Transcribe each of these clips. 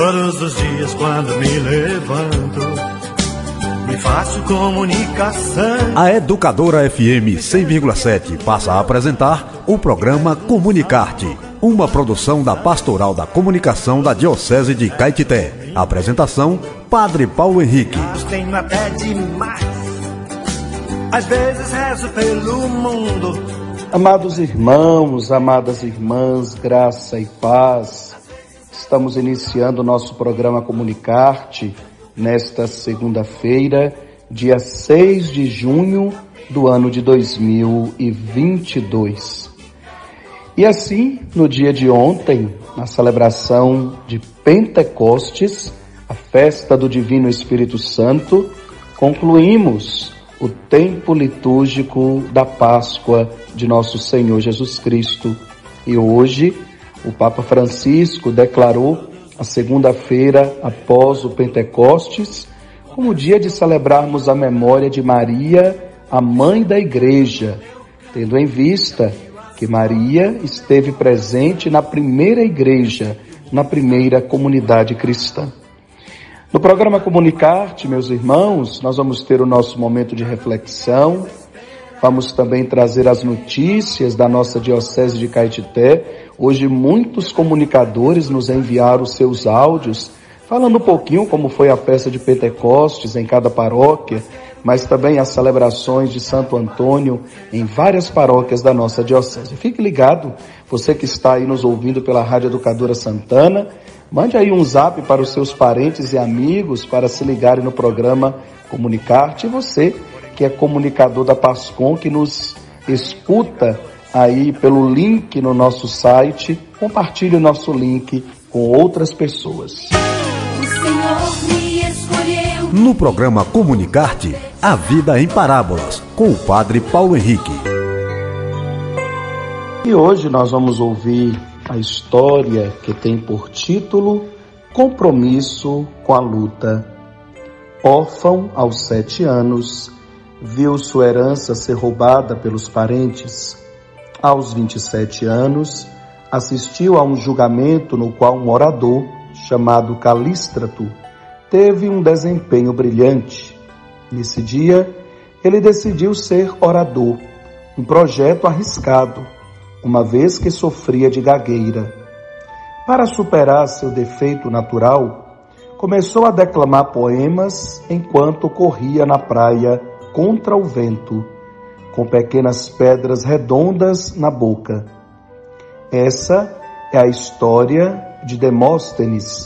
Todos os dias quando me levanto, me faço comunicação. A Educadora FM 100,7 passa a apresentar o programa Comunicarte, uma produção da Pastoral da Comunicação da Diocese de Caetité. Apresentação, Padre Paulo Henrique. Tenho até demais, às vezes rezo pelo mundo. Amados irmãos, amadas irmãs, graça e paz. Estamos iniciando o nosso programa Comunicarte nesta segunda-feira, dia 6 de junho do ano de 2022. E assim, no dia de ontem, na celebração de Pentecostes, a festa do Divino Espírito Santo, concluímos o tempo litúrgico da Páscoa de nosso Senhor Jesus Cristo. E hoje, o Papa Francisco declarou a segunda-feira após o Pentecostes como dia de celebrarmos a memória de Maria, a mãe da Igreja, tendo em vista que Maria esteve presente na primeira igreja, na primeira comunidade cristã. No programa Comunicarte, meus irmãos, nós vamos ter o nosso momento de reflexão. Vamos também trazer as notícias da nossa Diocese de Caetité. Hoje muitos comunicadores nos enviaram os seus áudios, falando um pouquinho como foi a festa de Pentecostes em cada paróquia, mas também as celebrações de Santo Antônio em várias paróquias da nossa Diocese. Fique ligado, você que está aí nos ouvindo pela Rádio Educadora Santana, mande aí um zap para os seus parentes e amigos para se ligarem no programa Comunicarte. E você que é comunicador da Pascom, que nos escuta aí pelo link no nosso site, compartilhe o nosso link com outras pessoas. O Senhor me escolheu. No programa Comunicarte, a vida em parábolas, com o Padre Paulo Henrique. E hoje nós vamos ouvir a história que tem por título Compromisso com a Luta. Órfão aos 7 anos, viu sua herança ser roubada pelos parentes. Aos 27 anos, assistiu a um julgamento no qual um orador, chamado Calístrato, teve um desempenho brilhante. Nesse dia, ele decidiu ser orador, um projeto arriscado, uma vez que sofria de gagueira. Para superar seu defeito natural, começou a declamar poemas enquanto corria na praia contra o vento, com pequenas pedras redondas na boca. Essa é a história de Demóstenes,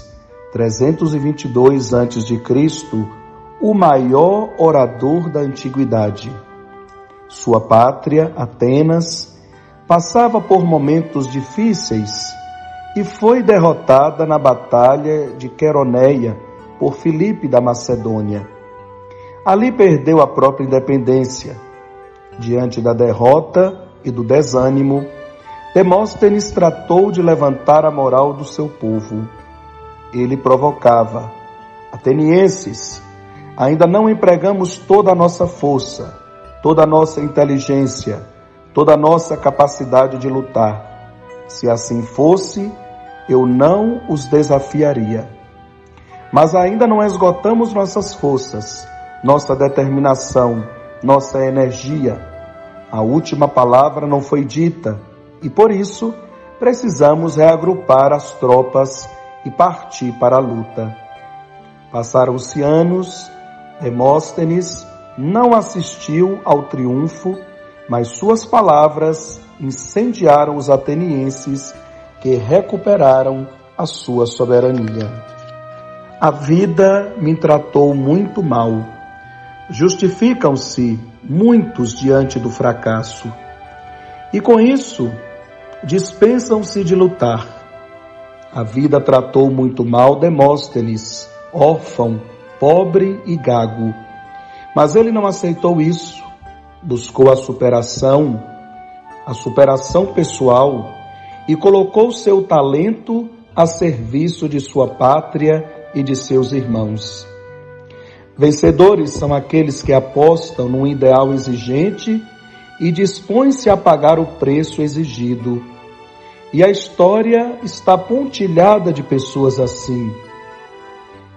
322 a.C., o maior orador da antiguidade. Sua pátria, Atenas, passava por momentos difíceis e foi derrotada na batalha de Queroneia por Filipe da Macedônia. Ali perdeu a própria independência. Diante da derrota e do desânimo, Demóstenes tratou de levantar a moral do seu povo. Ele provocava: atenienses, ainda não empregamos toda a nossa força, toda a nossa inteligência, toda a nossa capacidade de lutar. Se assim fosse, eu não os desafiaria. Mas ainda não esgotamos nossas forças, nossa determinação, nossa energia. A última palavra não foi dita e, por isso, precisamos reagrupar as tropas e partir para a luta. Passaram-se anos, Demóstenes não assistiu ao triunfo, mas suas palavras incendiaram os atenienses que recuperaram a sua soberania. A vida me tratou muito mal. Justificam-se muitos diante do fracasso. E com isso, dispensam-se de lutar. A vida tratou muito mal Demóstenes, órfão, pobre e gago. Mas ele não aceitou isso. Buscou a superação pessoal e colocou seu talento a serviço de sua pátria e de seus irmãos. Vencedores são aqueles que apostam num ideal exigente e dispõem-se a pagar o preço exigido. E a história está pontilhada de pessoas assim,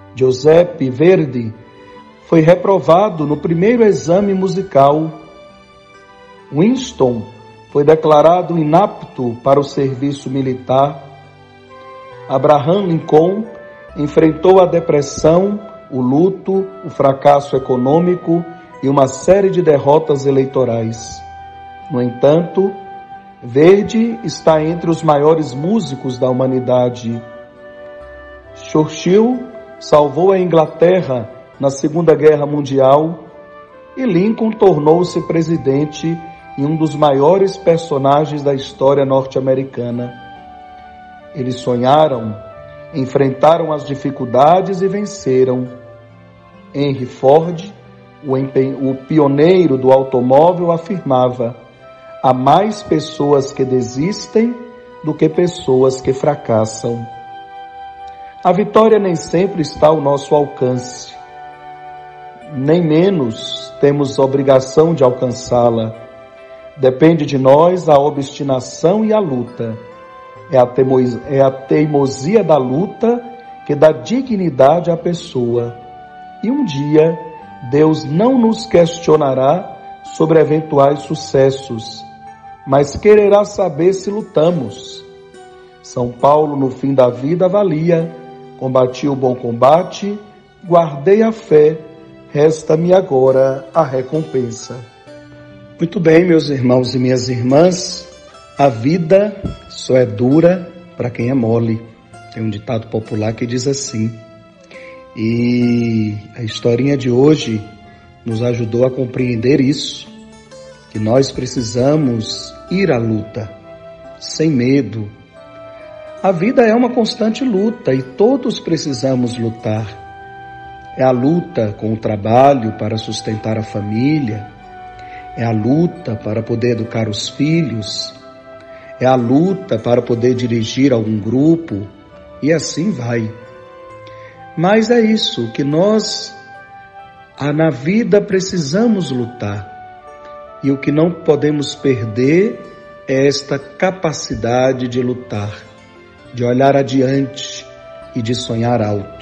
Giuseppe Verdi foi reprovado no primeiro exame musical. Winston foi declarado inapto para o serviço militar. Abraham Lincoln enfrentou a depressão, o luto, o fracasso econômico e uma série de derrotas eleitorais. No entanto, Verdi está entre os maiores músicos da humanidade. Churchill salvou a Inglaterra na Segunda Guerra Mundial e Lincoln tornou-se presidente e um dos maiores personagens da história norte-americana. Eles sonharam, enfrentaram as dificuldades e venceram. Henry Ford, o pioneiro do automóvel, afirmava: há mais pessoas que desistem do que pessoas que fracassam. A vitória nem sempre está ao nosso alcance, nem menos temos obrigação de alcançá-la. Depende de nós a obstinação e a luta. É a teimosia da luta que dá dignidade à pessoa. E um dia, Deus não nos questionará sobre eventuais sucessos, mas quererá saber se lutamos. São Paulo, no fim da vida, avalia: combati o bom combate, guardei a fé, resta-me agora a recompensa. Muito bem, meus irmãos e minhas irmãs, a vida só é dura para quem é mole. Tem um ditado popular que diz assim. E a historinha de hoje nos ajudou a compreender isso, que nós precisamos ir à luta, sem medo. A vida é uma constante luta e todos precisamos lutar. É a luta com o trabalho para sustentar a família, é a luta para poder educar os filhos, é a luta para poder dirigir algum grupo, e assim vai. Mas é isso que nós, na vida, precisamos lutar. E o que não podemos perder é esta capacidade de lutar, de olhar adiante e de sonhar alto.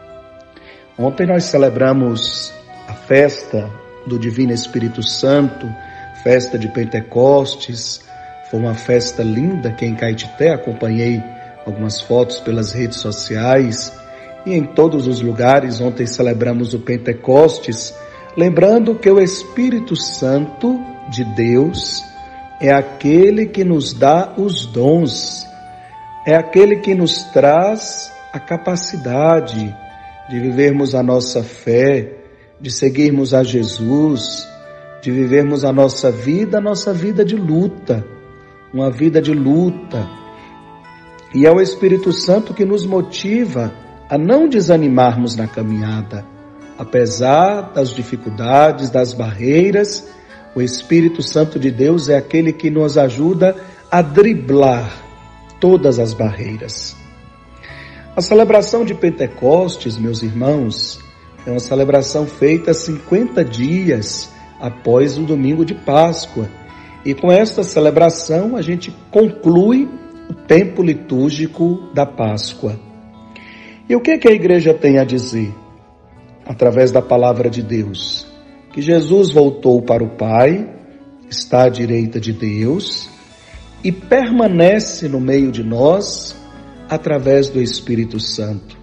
Ontem nós celebramos a festa do Divino Espírito Santo, festa de Pentecostes. Foi uma festa linda que em Caetité acompanhei algumas fotos pelas redes sociais e em todos os lugares. Ontem celebramos o Pentecostes, lembrando que o Espírito Santo de Deus é aquele que nos dá os dons, é aquele que nos traz a capacidade de vivermos a nossa fé, de seguirmos a Jesus, de vivermos a nossa vida de luta, uma vida de luta. E é o Espírito Santo que nos motiva a não desanimarmos na caminhada. Apesar das dificuldades, das barreiras, o Espírito Santo de Deus é aquele que nos ajuda a driblar todas as barreiras. A celebração de Pentecostes, meus irmãos, é uma celebração feita 50 dias após o domingo de Páscoa. E com esta celebração a gente conclui o tempo litúrgico da Páscoa. E o que a igreja tem a dizer? Através da palavra de Deus, que Jesus voltou para o Pai, está à direita de Deus e permanece no meio de nós através do Espírito Santo.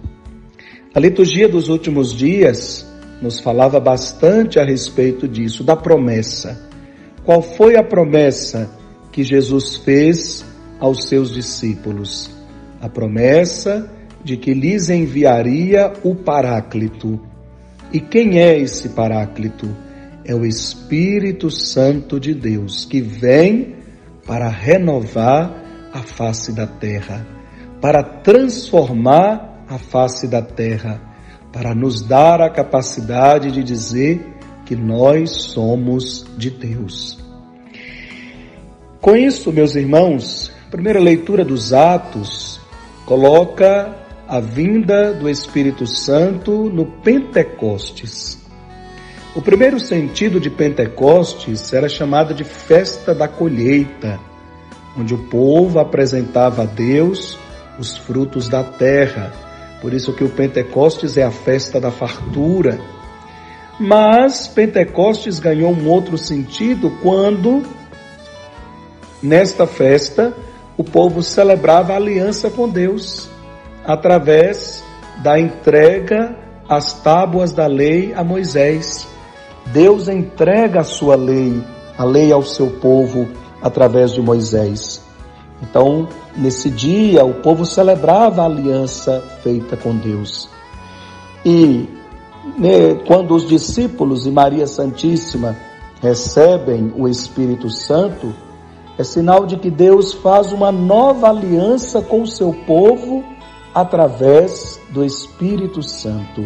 A liturgia dos últimos dias nos falava bastante a respeito disso, da promessa. Qual foi a promessa que Jesus fez aos seus discípulos? A promessa de que lhes enviaria o Paráclito. E quem é esse Paráclito? É o Espírito Santo de Deus, que vem para renovar a face da terra, para transformar a face da terra, para nos dar a capacidade de dizer que nós somos de Deus. Com isso, meus irmãos, a primeira leitura dos Atos coloca a vinda do Espírito Santo no Pentecostes. O primeiro sentido de Pentecostes era chamado de festa da colheita, onde o povo apresentava a Deus os frutos da terra, Por isso que o Pentecostes é a festa da fartura. Mas Pentecostes ganhou um outro sentido quando, nesta festa, o povo celebrava a aliança com Deus, através da entrega as tábuas da lei a Moisés. Deus entrega a sua lei, a lei ao seu povo, através de Moisés. Então, nesse dia, o povo celebrava a aliança feita com Deus. E quando os discípulos e Maria Santíssima recebem o Espírito Santo, é sinal de que Deus faz uma nova aliança com o seu povo através do Espírito Santo.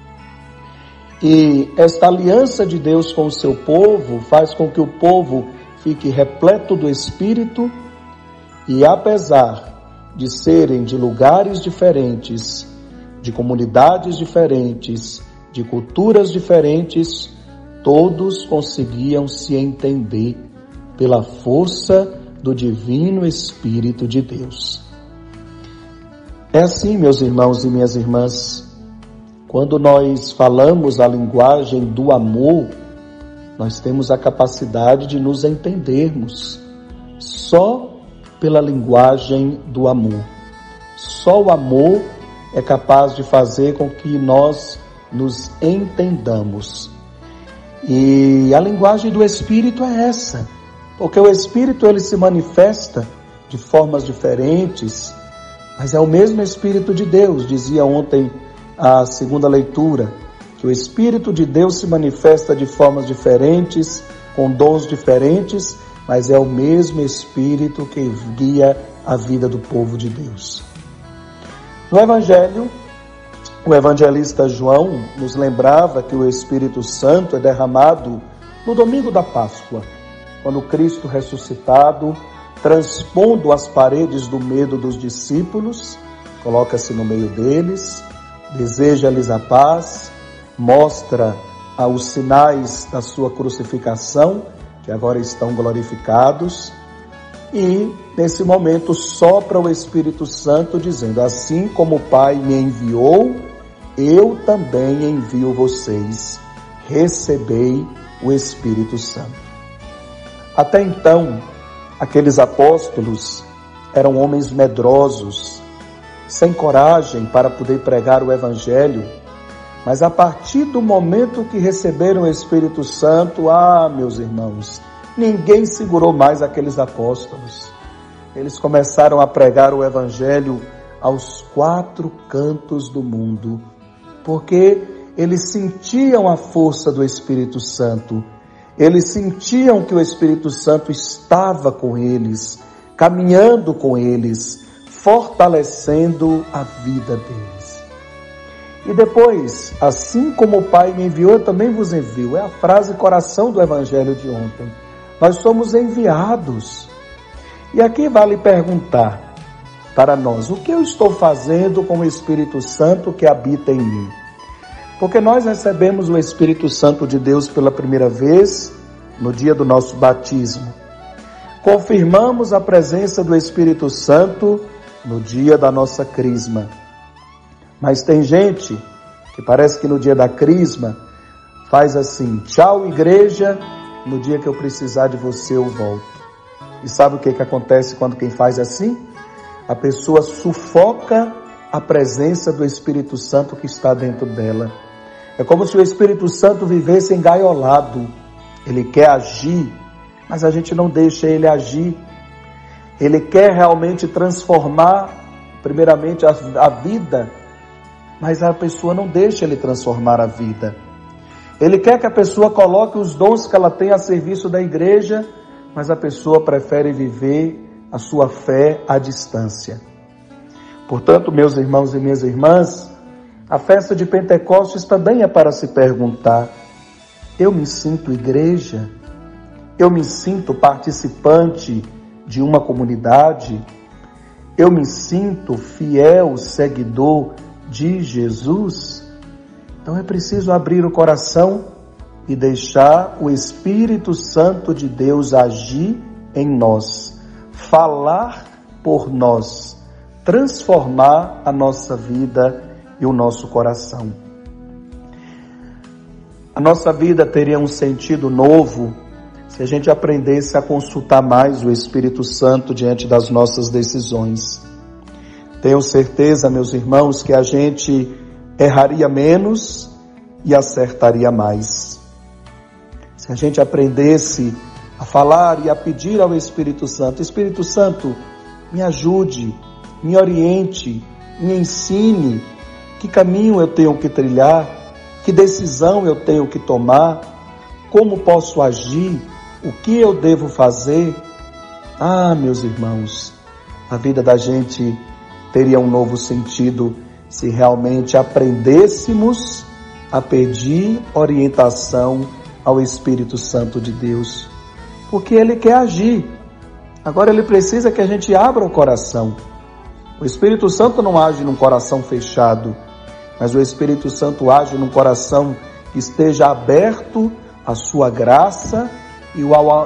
E esta aliança de Deus com o seu povo faz com que o povo fique repleto do Espírito e, apesar de serem de lugares diferentes, de comunidades diferentes, de culturas diferentes, todos conseguiam se entender pela força do Divino Espírito de Deus. É assim, meus irmãos e minhas irmãs, quando nós falamos a linguagem do amor, nós temos a capacidade de nos entendermos só pela linguagem do amor. Só o amor é capaz de fazer com que nós nos entendamos. E a linguagem do Espírito é essa, porque o Espírito ele se manifesta de formas diferentes, mas é o mesmo Espírito de Deus. Dizia ontem a segunda leitura, que o Espírito de Deus se manifesta de formas diferentes, com dons diferentes, mas é o mesmo Espírito que guia a vida do povo de Deus. No Evangelho, o evangelista João nos lembrava que o Espírito Santo é derramado no domingo da Páscoa, quando Cristo ressuscitado, transpondo as paredes do medo dos discípulos, coloca-se no meio deles, deseja-lhes a paz, mostra os sinais da sua crucificação, que agora estão glorificados, e nesse momento sopra o Espírito Santo dizendo: assim como o Pai me enviou, eu também envio vocês, recebei o Espírito Santo. Até então, aqueles apóstolos eram homens medrosos, sem coragem para poder pregar o Evangelho, mas a partir do momento que receberam o Espírito Santo, meus irmãos, ninguém segurou mais aqueles apóstolos. Eles começaram a pregar o Evangelho aos 4 cantos do mundo, porque eles sentiam a força do Espírito Santo, eles sentiam que o Espírito Santo estava com eles, caminhando com eles, fortalecendo a vida deles. E depois, assim como o Pai me enviou, eu também vos envio. É a frase coração do Evangelho de ontem. Nós somos enviados. E aqui vale perguntar para nós: o que eu estou fazendo com o Espírito Santo que habita em mim? Porque nós recebemos o Espírito Santo de Deus pela primeira vez no dia do nosso batismo. Confirmamos a presença do Espírito Santo no dia da nossa crisma. Mas tem gente que parece que no dia da crisma faz assim: tchau igreja, no dia que eu precisar de você eu volto. E sabe o que acontece quando quem faz assim? A pessoa sufoca a presença do Espírito Santo que está dentro dela. É como se o Espírito Santo vivesse engaiolado. Ele quer agir, mas a gente não deixa ele agir. Ele quer realmente transformar, primeiramente, a vida, mas a pessoa não deixa ele transformar a vida. Ele quer que a pessoa coloque os dons que ela tem a serviço da igreja, mas a pessoa prefere viver a sua fé à distância. Portanto, meus irmãos e minhas irmãs, a festa de Pentecostes também é para se perguntar: eu me sinto igreja? Eu me sinto participante de uma comunidade? Eu me sinto fiel seguidor de Jesus? Então é preciso abrir o coração e deixar o Espírito Santo de Deus agir em nós, falar por nós, transformar a nossa vida e o nosso coração. A nossa vida teria um sentido novo se a gente aprendesse a consultar mais o Espírito Santo diante das nossas decisões. Tenho certeza, meus irmãos, que a gente erraria menos e acertaria mais. Se a gente aprendesse a falar e a pedir ao Espírito Santo: Espírito Santo, me ajude, me oriente, me ensine que caminho eu tenho que trilhar, que decisão eu tenho que tomar, como posso agir, o que eu devo fazer. Ah, meus irmãos, a vida da gente teria um novo sentido se realmente aprendêssemos a pedir orientação ao Espírito Santo de Deus, porque Ele quer agir. Agora Ele precisa que a gente abra o coração. O Espírito Santo não age num coração fechado, mas o Espírito Santo age num coração que esteja aberto à sua graça e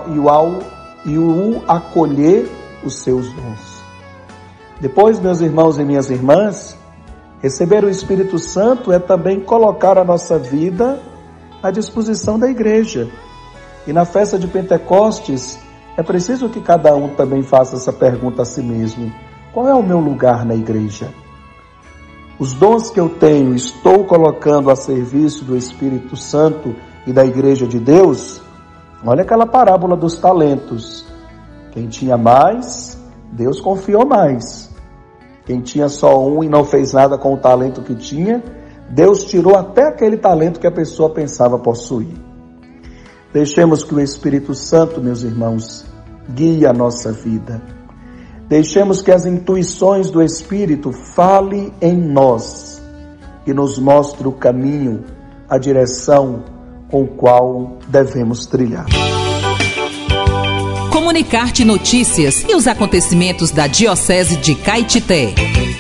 o acolher os seus dons. Depois, meus irmãos e minhas irmãs, receber o Espírito Santo é também colocar a nossa vida à disposição da igreja. E na festa de Pentecostes, é preciso que cada um também faça essa pergunta a si mesmo: qual é o meu lugar na igreja? Os dons que eu tenho, estou colocando a serviço do Espírito Santo e da igreja de Deus? Olha aquela parábola dos talentos. Quem tinha mais, Deus confiou mais. Quem tinha só um e não fez nada com o talento que tinha, Deus tirou até aquele talento que a pessoa pensava possuir. Deixemos que o Espírito Santo, meus irmãos, guie a nossa vida. Deixemos que as intuições do Espírito falem em nós e nos mostre o caminho, a direção com o qual devemos trilhar. Comunicar-te notícias e os acontecimentos da Diocese de Caetité.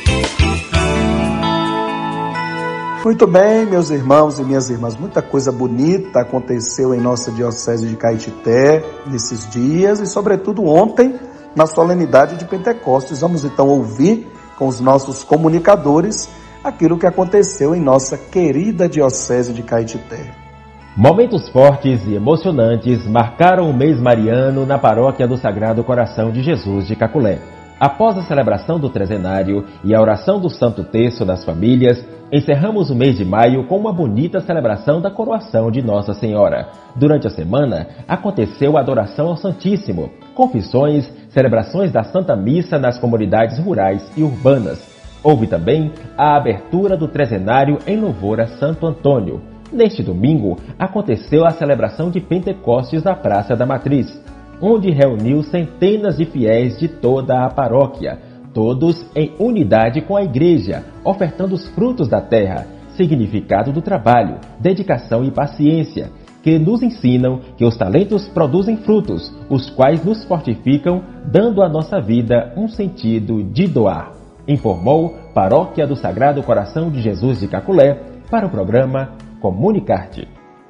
Muito bem, meus irmãos e minhas irmãs, muita coisa bonita aconteceu em nossa Diocese de Caetité nesses dias e, sobretudo, ontem, na solenidade de Pentecostes. Vamos então ouvir com os nossos comunicadores aquilo que aconteceu em nossa querida Diocese de Caetité. Momentos fortes e emocionantes marcaram o mês mariano na paróquia do Sagrado Coração de Jesus de Caculé. Após a celebração do trezenário e a oração do Santo Terço nas famílias, encerramos o mês de maio com uma bonita celebração da coroação de Nossa Senhora. Durante a semana, aconteceu a adoração ao Santíssimo, confissões, celebrações da Santa Missa nas comunidades rurais e urbanas. Houve também a abertura do trezenário em louvor a Santo Antônio. Neste domingo, aconteceu a celebração de Pentecostes na Praça da Matriz, onde reuniu centenas de fiéis de toda a paróquia, todos em unidade com a igreja, ofertando os frutos da terra, significado do trabalho, dedicação e paciência, que nos ensinam que os talentos produzem frutos, os quais nos fortificam, dando à nossa vida um sentido de doar. Informou Paróquia do Sagrado Coração de Jesus de Caculé para o programa Comunicar-te.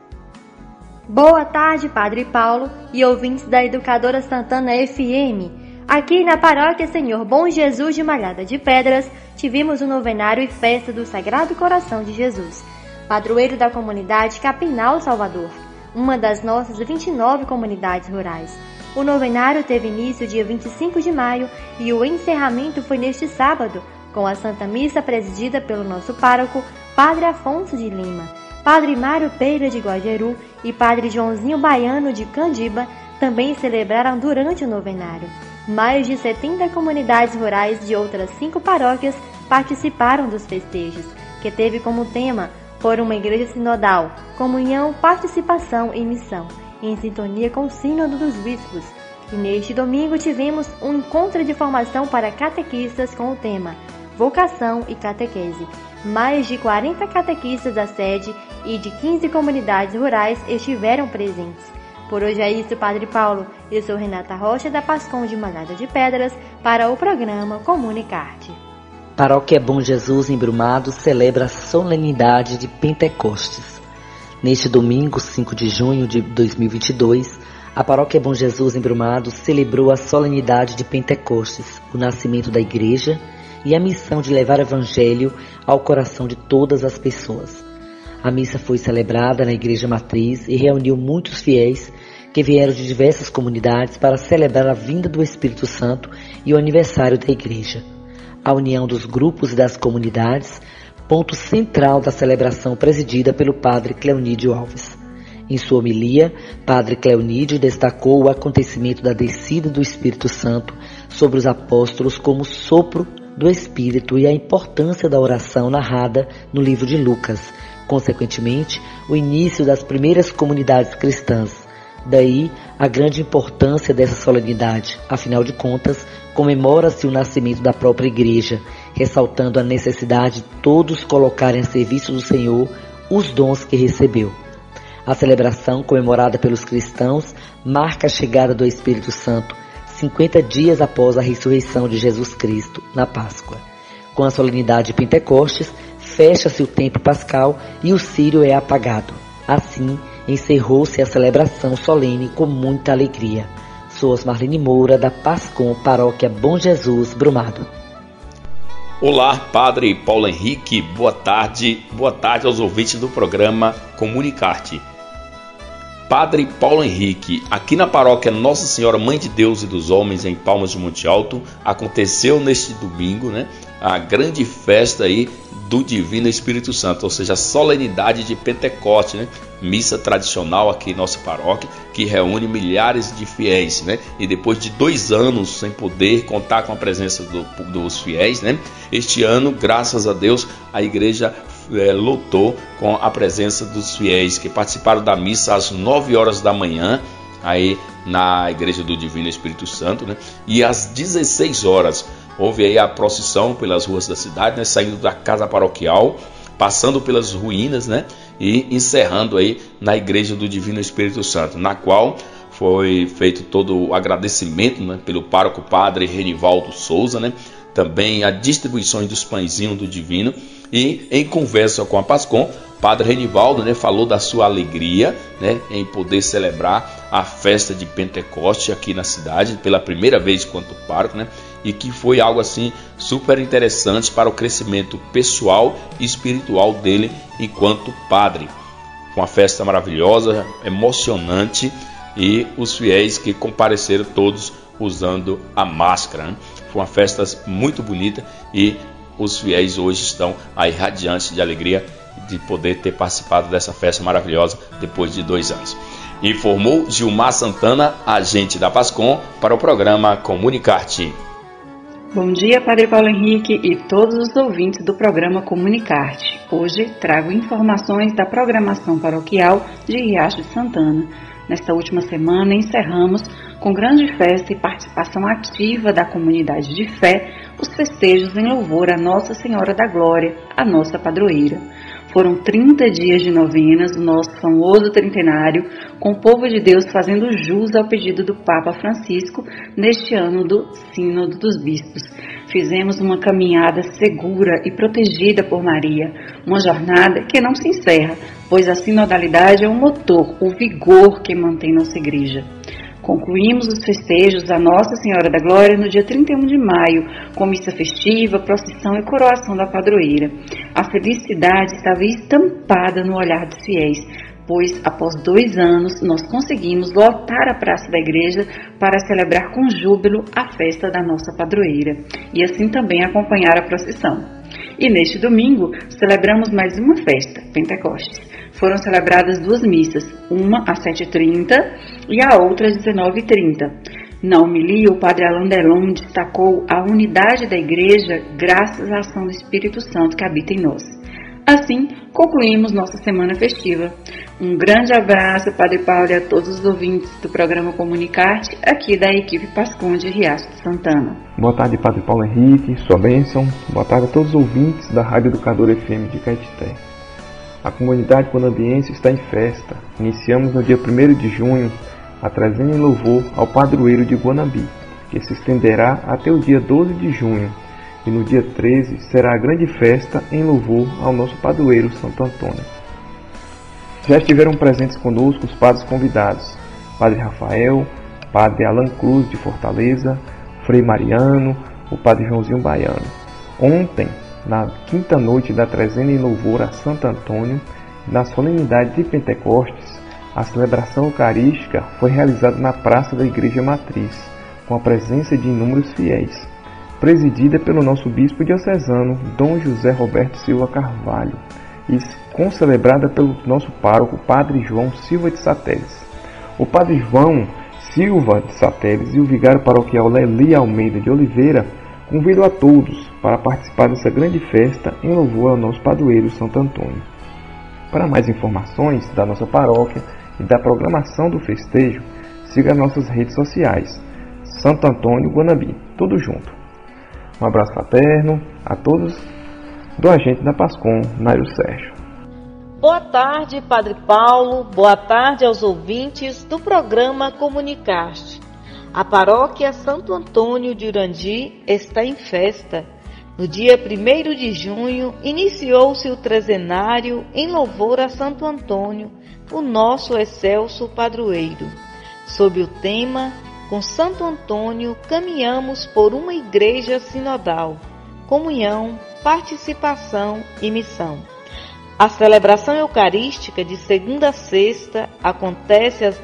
Boa tarde, Padre Paulo e ouvintes da Educadora Santana FM. Aqui na Paróquia Senhor Bom Jesus de Malhada de Pedras, tivemos o novenário e festa do Sagrado Coração de Jesus, padroeiro da comunidade Capinal Salvador, uma das nossas 29 comunidades rurais. O novenário teve início dia 25 de maio e o encerramento foi neste sábado, com a Santa Missa presidida pelo nosso pároco, Padre Afonso de Lima. Padre Mário Peira de Guajeru e Padre Joãozinho Baiano de Candiba também celebraram durante o novenário. Mais de 70 comunidades rurais de outras 5 paróquias participaram dos festejos, que teve como tema Por uma Igreja Sinodal, Comunhão, Participação e Missão, em sintonia com o Sínodo dos Bispos. E neste domingo tivemos um encontro de formação para catequistas com o tema Vocação e Catequese. Mais de 40 catequistas da sede e de 15 comunidades rurais estiveram presentes. Por hoje é isso, Padre Paulo. Eu sou Renata Rocha, da Pascom de Malhada de Pedras, para o programa Comunicar-te. Paróquia Bom Jesus em Brumado celebra a solenidade de Pentecostes. Neste domingo, 5 de junho de 2022, a Paróquia Bom Jesus em Brumado celebrou a solenidade de Pentecostes, o nascimento da Igreja e a missão de levar o Evangelho ao coração de todas as pessoas. A missa foi celebrada na Igreja Matriz e reuniu muitos fiéis que vieram de diversas comunidades para celebrar a vinda do Espírito Santo e o aniversário da Igreja. A união dos grupos e das comunidades, ponto central da celebração presidida pelo Padre Cleonídio Alves. Em sua homilia, Padre Cleonídio destacou o acontecimento da descida do Espírito Santo sobre os apóstolos como sopro do Espírito e a importância da oração narrada no livro de Lucas, consequentemente, o início das primeiras comunidades cristãs. Daí a grande importância dessa solenidade, afinal de contas, comemora-se o nascimento da própria Igreja, ressaltando a necessidade de todos colocarem a serviço do Senhor os dons que recebeu. A celebração, comemorada pelos cristãos, marca a chegada do Espírito Santo, 50 dias após a ressurreição de Jesus Cristo, na Páscoa. Com a solenidade de Pentecostes, fecha-se o tempo pascal e o círio é apagado. Assim, encerrou-se a celebração solene com muita alegria. Sou Osmarlene Moura, da Pascom, Paróquia Bom Jesus, Brumado. Olá, Padre Paulo Henrique, boa tarde aos ouvintes do programa Comunicarte. Padre Paulo Henrique, aqui na paróquia Nossa Senhora Mãe de Deus e dos Homens, em Palmas de Monte Alto, aconteceu neste domingo, a grande festa aí do Divino Espírito Santo, ou seja, a solenidade de Pentecostes, missa tradicional aqui em nossa paróquia, que reúne milhares de fiéis, e depois de 2 anos sem poder contar com a presença dos fiéis, este ano, graças a Deus, a igreja lotou com a presença dos fiéis que participaram da missa às 9 horas da manhã, aí na Igreja do Divino Espírito Santo, e às 16 horas houve aí a procissão pelas ruas da cidade, saindo da casa paroquial, passando pelas ruínas, e encerrando aí na Igreja do Divino Espírito Santo, na qual foi feito todo o agradecimento pelo pároco Padre Renivaldo Souza, também a distribuição dos pãezinhos do Divino. E em conversa com a Pascom, Padre Renivaldo falou da sua alegria em poder celebrar a festa de Pentecoste aqui na cidade, pela primeira vez enquanto pároco, e que foi algo assim super interessante para o crescimento pessoal e espiritual dele enquanto padre. Uma festa maravilhosa, emocionante, e os fiéis que compareceram todos usando a máscara. Foi uma festa muito bonita e os fiéis hoje estão aí radiantes de alegria de poder ter participado dessa festa maravilhosa depois de 2 anos. Informou Gilmar Santana, agente da Pascom, para o programa Comunicarte. Bom dia, Padre Paulo Henrique e todos os ouvintes do programa Comunicarte. Hoje trago informações da programação paroquial de Riacho de Santana. Nesta última semana encerramos com grande festa e participação ativa da comunidade de fé os festejos em louvor a Nossa Senhora da Glória, a nossa padroeira. Foram 30 dias de novenas do nosso famoso tridentário, com o povo de Deus fazendo jus ao pedido do Papa Francisco neste ano do Sínodo dos Bispos. Fizemos uma caminhada segura e protegida por Maria, uma jornada que não se encerra, pois a sinodalidade é o motor, o vigor que mantém nossa igreja. Concluímos os festejos a Nossa Senhora da Glória no dia 31 de maio, com missa festiva, procissão e coroação da padroeira. A felicidade estava estampada no olhar dos fiéis, pois após 2 anos nós conseguimos lotar a praça da igreja para celebrar com júbilo a festa da nossa padroeira e assim também acompanhar a procissão. E neste domingo celebramos mais uma festa, Pentecostes. Foram celebradas 2 missas, uma às 7h30 e a outra às 19h30. Na homilia, o Padre Alain Delon destacou a unidade da Igreja graças à ação do Espírito Santo que habita em nós. Assim, concluímos nossa semana festiva. Um grande abraço, Padre Paulo, e a todos os ouvintes do programa Comunicarte, aqui da equipe Pascom de Riacho de Santana. Boa tarde, Padre Paulo Henrique, sua bênção. Boa tarde a todos os ouvintes da Rádio Educadora FM de Caetité. A comunidade conambiense está em festa. Iniciamos no dia 1º de junho a trazendo em louvor ao padroeiro de Guanabi, que se estenderá até o dia 12 de junho. E no dia 13 será a grande festa em louvor ao nosso padroeiro Santo Antônio. Já estiveram presentes conosco os padres convidados, Padre Rafael, Padre Alan Cruz de Fortaleza, Frei Mariano, o Padre Joãozinho Baiano. Ontem, na quinta noite da trezena em louvor a Santo Antônio, na solenidade de Pentecostes, a celebração eucarística foi realizada na praça da Igreja Matriz, com a presença de inúmeros fiéis, presidida pelo nosso bispo diocesano, Dom José Roberto Silva Carvalho, e concelebrada pelo nosso pároco, Padre João Silva de Sateres. O Padre João Silva de Sateres e o vigário paroquial Leli Almeida de Oliveira convidam a todos para participar dessa grande festa em louvor ao nosso padroeiro Santo Antônio. Para mais informações da nossa paróquia e da programação do festejo, siga nossas redes sociais, Santo Antônio Guanambi, tudo junto. Um abraço fraterno a todos do agente da Pascom, Nário Sérgio. Boa tarde, Padre Paulo. Boa tarde aos ouvintes do programa Comunicarte. A paróquia Santo Antônio de Urandi está em festa. No dia 1º de junho, iniciou-se o trezenário em louvor a Santo Antônio, o nosso excelso padroeiro. Sob o tema Com Santo Antônio, caminhamos por uma igreja sinodal, comunhão, participação e missão. A celebração eucarística de segunda a sexta acontece às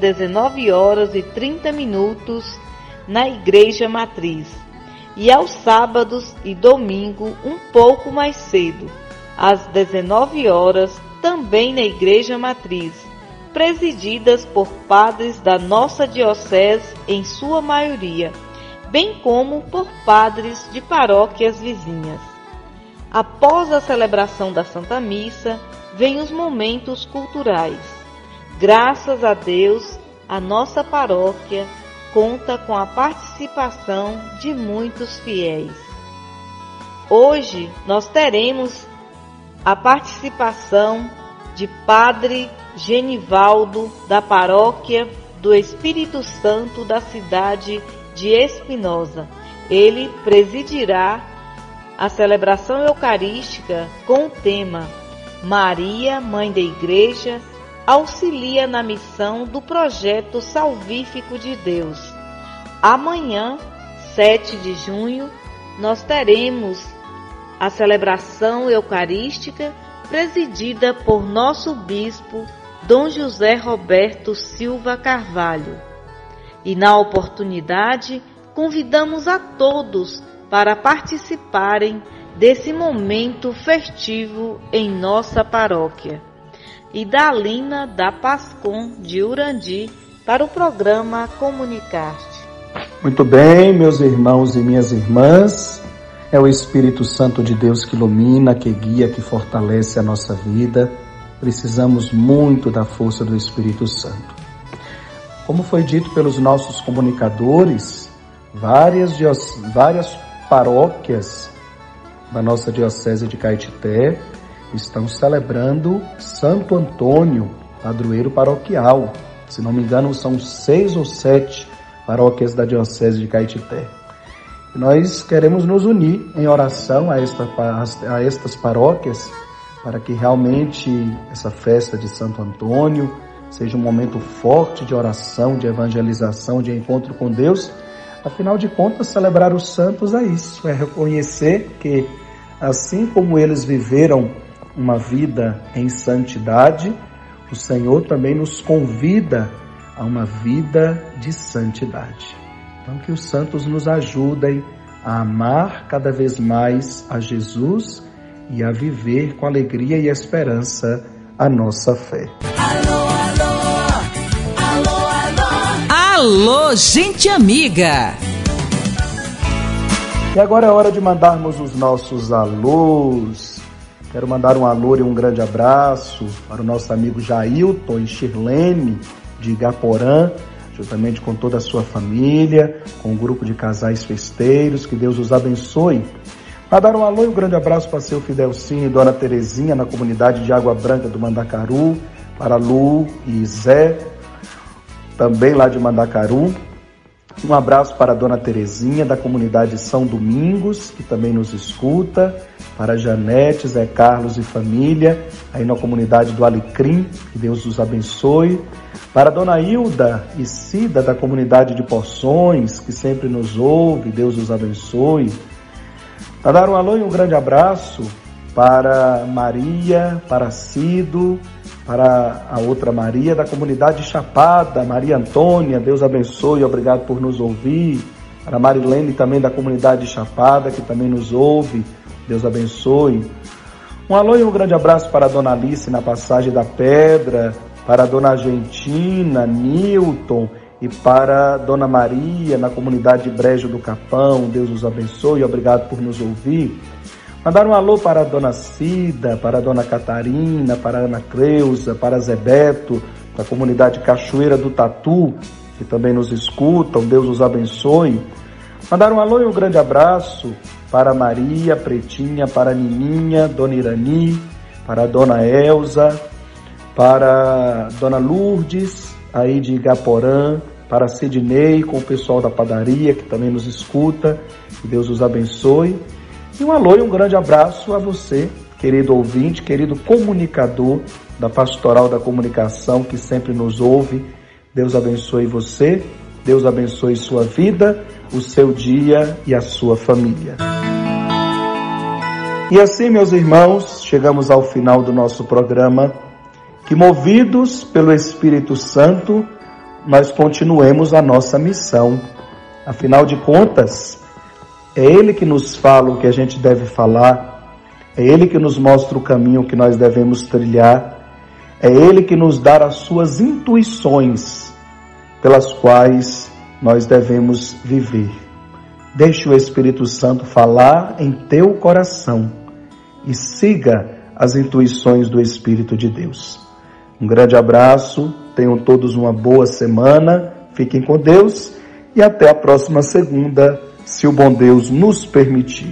19h30 na Igreja Matriz e aos sábados e domingo um pouco mais cedo, às 19h, também na Igreja Matriz, presididas por padres da nossa diocese em sua maioria, bem como por padres de paróquias vizinhas. Após a celebração da Santa Missa, vêm os momentos culturais. Graças a Deus, a nossa paróquia conta com a participação de muitos fiéis. Hoje nós teremos a participação de Padre Genivaldo, da paróquia do Espírito Santo da cidade de Espinosa. Ele presidirá a celebração eucarística com o tema Maria, Mãe da Igreja, auxilia na missão do projeto salvífico de Deus. Amanhã, 7 de junho, nós teremos a celebração eucarística presidida por nosso bispo, Dom José Roberto Silva Carvalho. E na oportunidade, convidamos a todos para participarem desse momento festivo em nossa paróquia. E Dalina da Pascom de Urandi para o programa Comunicarte. Muito bem, meus irmãos e minhas irmãs, é o Espírito Santo de Deus que ilumina, que guia, que fortalece a nossa vida. Precisamos muito da força do Espírito Santo. Como foi dito pelos nossos comunicadores, várias paróquias da nossa Diocese de Caetité estão celebrando Santo Antônio, padroeiro paroquial. Se não me engano, são 6 ou 7 paróquias da Diocese de Caetité. E nós queremos nos unir em oração a estas paróquias para que realmente essa festa de Santo Antônio seja um momento forte de oração, de evangelização, de encontro com Deus. Afinal de contas, celebrar os santos é isso, é reconhecer que, assim como eles viveram uma vida em santidade, o Senhor também nos convida a uma vida de santidade. Então, que os santos nos ajudem a amar cada vez mais a Jesus e a viver com alegria e esperança a nossa fé. Alô, alô, alô, alô. Alô, gente amiga. E agora é hora de mandarmos os nossos alôs. Quero mandar um alô e um grande abraço para o nosso amigo Jailton e Shirlene de Igaporã, juntamente com toda a sua família, com o grupo de casais festeiros. Que Deus os abençoe. Mandar um alô e um grande abraço para seu Fidelcinho e Dona Terezinha, na comunidade de Água Branca do Mandacaru, para Lu e Zé, também lá de Mandacaru. Um abraço para a Dona Terezinha, da comunidade São Domingos, que também nos escuta, para Janete, Zé Carlos e família, aí na comunidade do Alecrim, que Deus os abençoe. Para a Dona Hilda e Cida, da comunidade de Poções, que sempre nos ouve, Deus os abençoe. Mandar um alô e um grande abraço para Maria, para Cido, para a outra Maria da comunidade Chapada, Maria Antônia, Deus abençoe, obrigado por nos ouvir. Para a Marilene também da comunidade Chapada, que também nos ouve, Deus abençoe. Um alô e um grande abraço para a Dona Alice na Passagem da Pedra, para a Dona Argentina, Newton e para a Dona Maria na comunidade Brejo do Capão, Deus os abençoe, obrigado por nos ouvir. Mandar um alô para a Dona Cida, para a Dona Catarina, para a Ana Creuza, para a Zebeto, da comunidade Cachoeira do Tatu, que também nos escutam, Deus os abençoe. Mandar um alô e um grande abraço para a Maria, Pretinha, para a Nininha, Dona Irani, para a Dona Elza, para a Dona Lourdes, aí de Igaporã, para a Sidney, com o pessoal da padaria, que também nos escuta, que Deus os abençoe. E um alô e um grande abraço a você, querido ouvinte, querido comunicador da Pastoral da Comunicação, que sempre nos ouve. Deus abençoe você, Deus abençoe sua vida, o seu dia e a sua família. E assim, meus irmãos, chegamos ao final do nosso programa. Que movidos pelo Espírito Santo, nós continuemos a nossa missão. Afinal de contas, é Ele que nos fala o que a gente deve falar, é Ele que nos mostra o caminho que nós devemos trilhar, é Ele que nos dá as suas intuições pelas quais nós devemos viver. Deixe o Espírito Santo falar em teu coração e siga as intuições do Espírito de Deus. Um grande abraço, tenham todos uma boa semana, fiquem com Deus e até a próxima segunda, se o bom Deus nos permitir.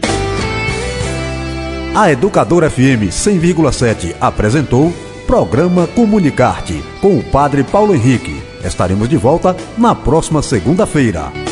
A Educadora FM 100,7 apresentou Programa Comunicarte com o Padre Paulo Henrique. Estaremos de volta na próxima segunda-feira.